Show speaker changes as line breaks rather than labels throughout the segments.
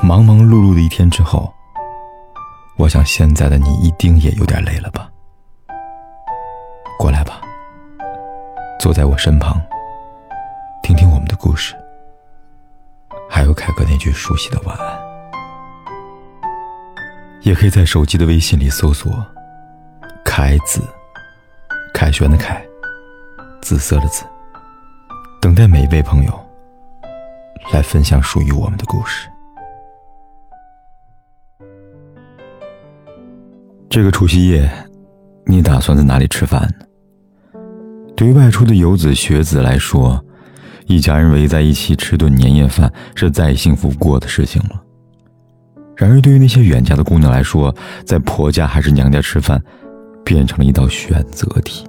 忙忙碌碌的一天之后，我想现在的你一定也有点累了吧。过来吧，坐在我身旁，听听我们的故事，还有凯哥那句熟悉的晚安。也可以在手机的微信里搜索凯子，凯旋的凯，紫色的紫，等待每一位朋友来分享属于我们的故事。这个除夕夜，你打算在哪里吃饭呢？对于外出的游子学子来说，一家人围在一起吃顿年夜饭是再幸福不过的事情了。然而对于那些远嫁的姑娘来说，在婆家还是娘家吃饭变成了一道选择题。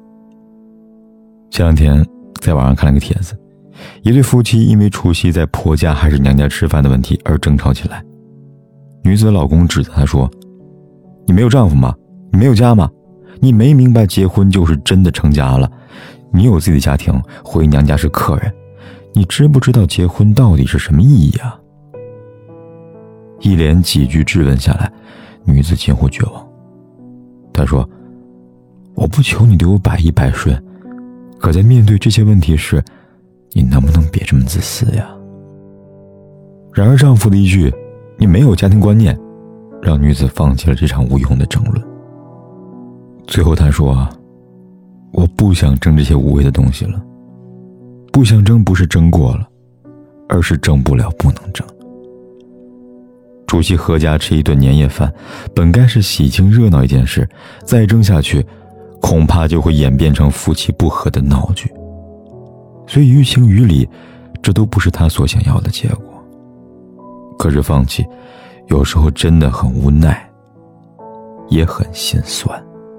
前两天在网上看了个帖子，一对夫妻因为除夕在婆家还是娘家吃饭的问题而争吵起来。女子的老公指责她说，你没有丈夫吗？你没有家吗？你没明白结婚就是真的成家了，你有自己的家庭，回娘家是客人，你知不知道结婚到底是什么意义啊？一连几句质问下来，女子近乎绝望。她说，我不求你对我百依百顺，可在面对这些问题时，你能不能别这么自私呀？然而丈夫的一句你没有家庭观念，让女子放弃了这场无用的争论。最后她说，我不想争这些无谓的东西了，不想争不是争过了，而是争不了不能争。除夕合家吃一顿年夜饭，本该是喜庆热闹一件事，再争下去，恐怕就会演变成夫妻不和的闹剧。所以于情于理，这都不是他所想要的结果。可是放弃，有时候真的很无奈，也很心酸。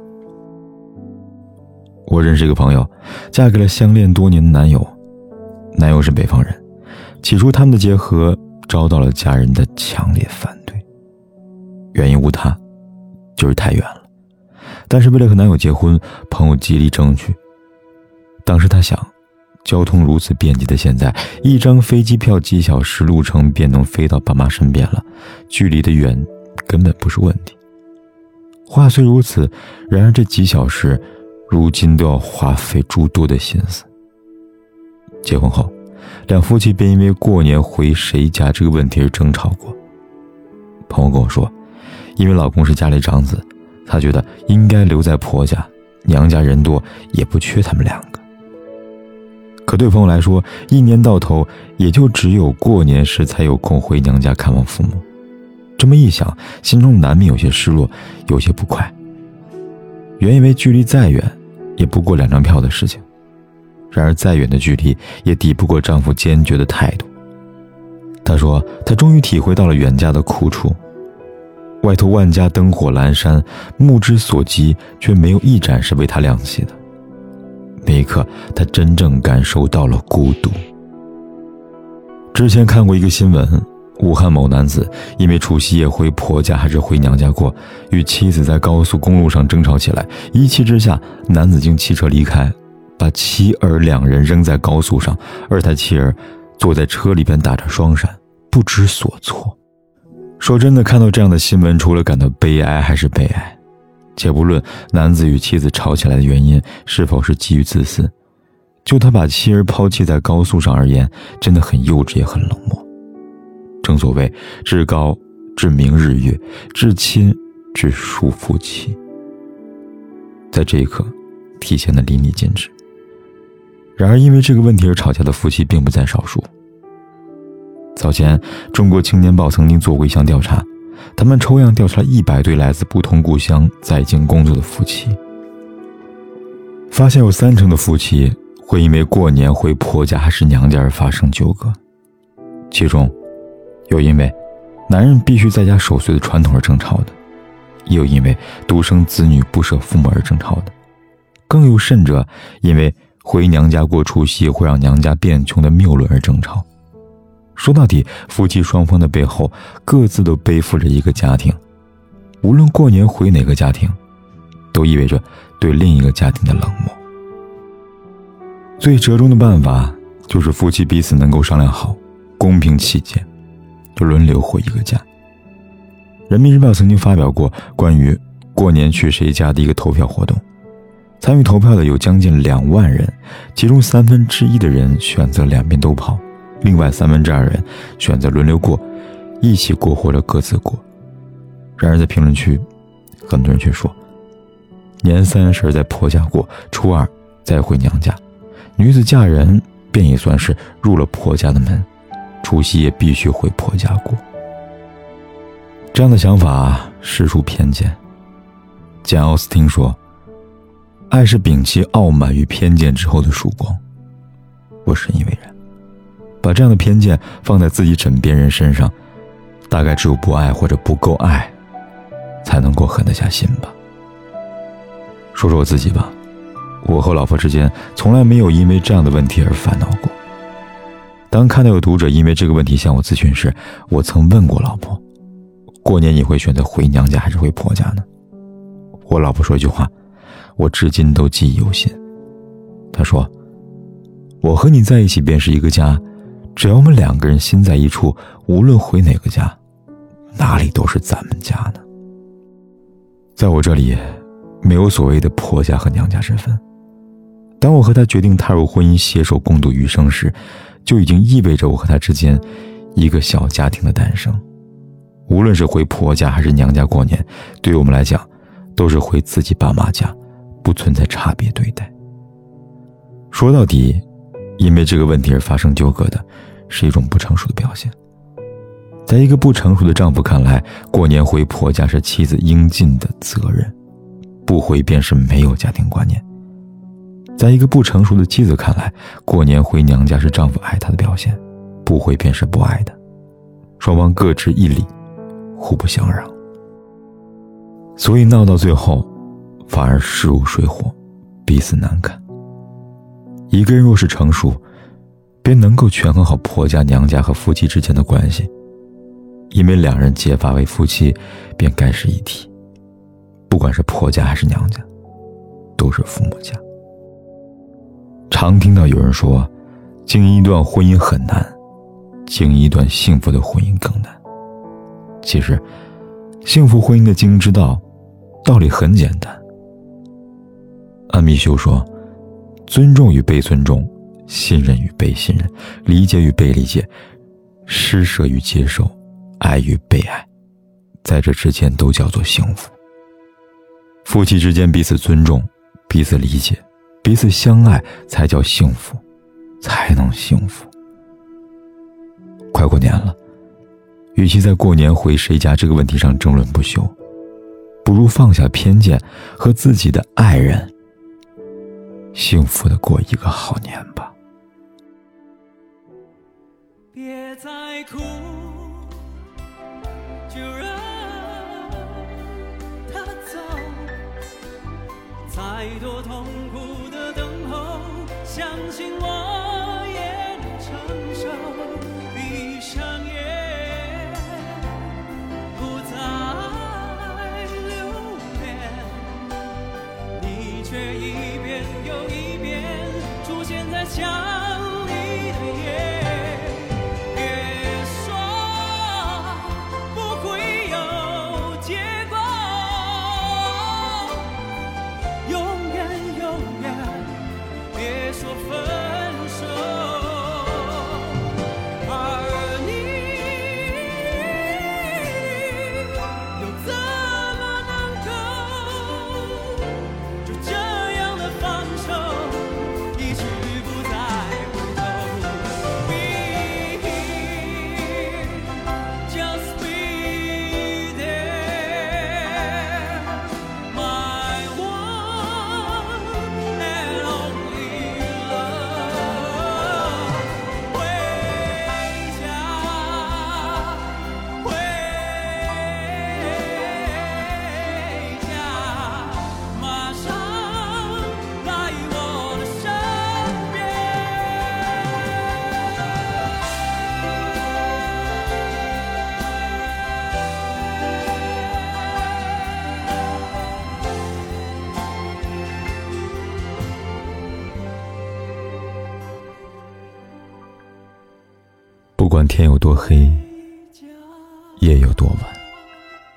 我认识一个朋友，嫁给了相恋多年的男友，男友是北方人，起初他们的结合遭到了家人的强烈反对，原因无他，就是太远了。但是为了和男友结婚，朋友极力争取。当时他想，交通如此便捷的现在，一张飞机票几小时路程便能飞到爸妈身边了，距离的远根本不是问题。话虽如此，然而这几小时如今都要花费诸多的心思。结婚后，两夫妻便因为过年回谁家这个问题而争吵过。朋友跟我说，因为老公是家里长子，他觉得应该留在婆家，娘家人多，也不缺他们两个。可对朋友来说，一年到头也就只有过年时才有空回娘家看望父母。这么一想，心中难免有些失落，有些不快。原以为距离再远也不过2张票的事情，然而再远的距离也抵不过丈夫坚决的态度。她说，她终于体会到了远嫁的苦楚，外头万家灯火阑珊，目之所及却没有一盏是为她亮起的。那一刻，她真正感受到了孤独。之前看过一个新闻，武汉某男子因为除夕夜回婆家还是回娘家过，与妻子在高速公路上争吵起来，一气之下，男子竟弃车离开，把妻儿2人扔在高速上，而他妻儿坐在车里边打着双闪，不知所措。说真的，看到这样的新闻，除了感到悲哀还是悲哀。且不论男子与妻子吵起来的原因是否是基于自私，就他把妻儿抛弃在高速上而言，真的很幼稚也很冷漠。正所谓至高至明日月，至亲至庶夫妻，在这一刻体现得淋漓尽致。然而因为这个问题而吵架的夫妻并不在少数。早前中国青年报曾经做过一项调查，他们抽样调查了100对来自不同故乡在京工作的夫妻，发现有30%的夫妻会因为过年回婆家还是娘家而发生纠葛，其中有因为男人必须在家守岁的传统而争吵的，也有因为独生子女不舍父母而争吵的，更有甚者因为回娘家过除夕会让娘家变穷的谬论而争吵。说到底，夫妻双方的背后各自都背负着一个家庭，无论过年回哪个家庭，都意味着对另一个家庭的冷漠。最折中的办法就是夫妻彼此能够商量好，公平起见。 轮流回一个家。人民日报曾经发表过关于过年去谁家的一个投票活动，参与投票的有将近2万人，其中1/3的人选择两边都跑，另外2/3人选择轮流过，一起过或者各自过。然而在评论区，很多人却说，年30在婆家过，初2再回娘家，女子嫁人便也算是入了婆家的门，除夕也必须回婆家过。这样的想法实属偏见。简·奥斯汀说，爱是摒弃傲慢与偏见之后的曙光。我深以为然，把这样的偏见放在自己枕边人身上，大概只有不爱或者不够爱才能够狠得下心吧。说说我自己吧，我和老婆之间从来没有因为这样的问题而烦恼过。当看到有读者因为这个问题向我咨询时，我曾问过老婆，过年你会选择回娘家还是回婆家呢？我老婆说一句话，我至今都记忆犹新。她说，我和你在一起便是一个家，只要我们2个人心在一处，无论回哪个家，哪里都是咱们家呢。在我这里没有所谓的婆家和娘家之分。当我和他决定踏入婚姻，携手共度余生时，就已经意味着我和他之间一个小家庭的诞生。无论是回婆家还是娘家过年，对于我们来讲都是回自己爸妈家，不存在差别对待。说到底，因为这个问题而发生纠葛的是一种不成熟的表现。在一个不成熟的丈夫看来，过年回婆家是妻子应尽的责任，不回便是没有家庭观念。在一个不成熟的妻子看来，过年回娘家是丈夫爱她的表现，不回便是不爱的。双方各执一理，互不相让，所以闹到最后反而势如水火，彼此难堪。一个人若是成熟，便能够权衡好婆家娘家和夫妻之间的关系，因为2人结发为夫妻便该是一体，不管是婆家还是娘家，都是父母家。常听到有人说，经营一段婚姻很难，经营一段幸福的婚姻更难。其实幸福婚姻的经营之道理很简单。安米修说，尊重与被尊重，信任与被信任，理解与被理解，施舍与接受，爱与被爱，在这之间都叫做幸福。夫妻之间彼此尊重，彼此理解，彼此相爱，才叫幸福，才能幸福。快过年了，与其在过年回谁家这个问题上争论不休，不如放下偏见，和自己的爱人幸福地过一个好年吧。
别再哭，就让它走，再多痛苦的等候，相信我也能承受。闭上眼，不再留恋，你却一遍又一遍出现在墙里的夜。不管天有多黑，
夜有多晚，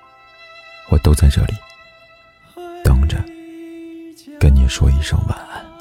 我都在这里等着跟你说一声晚安。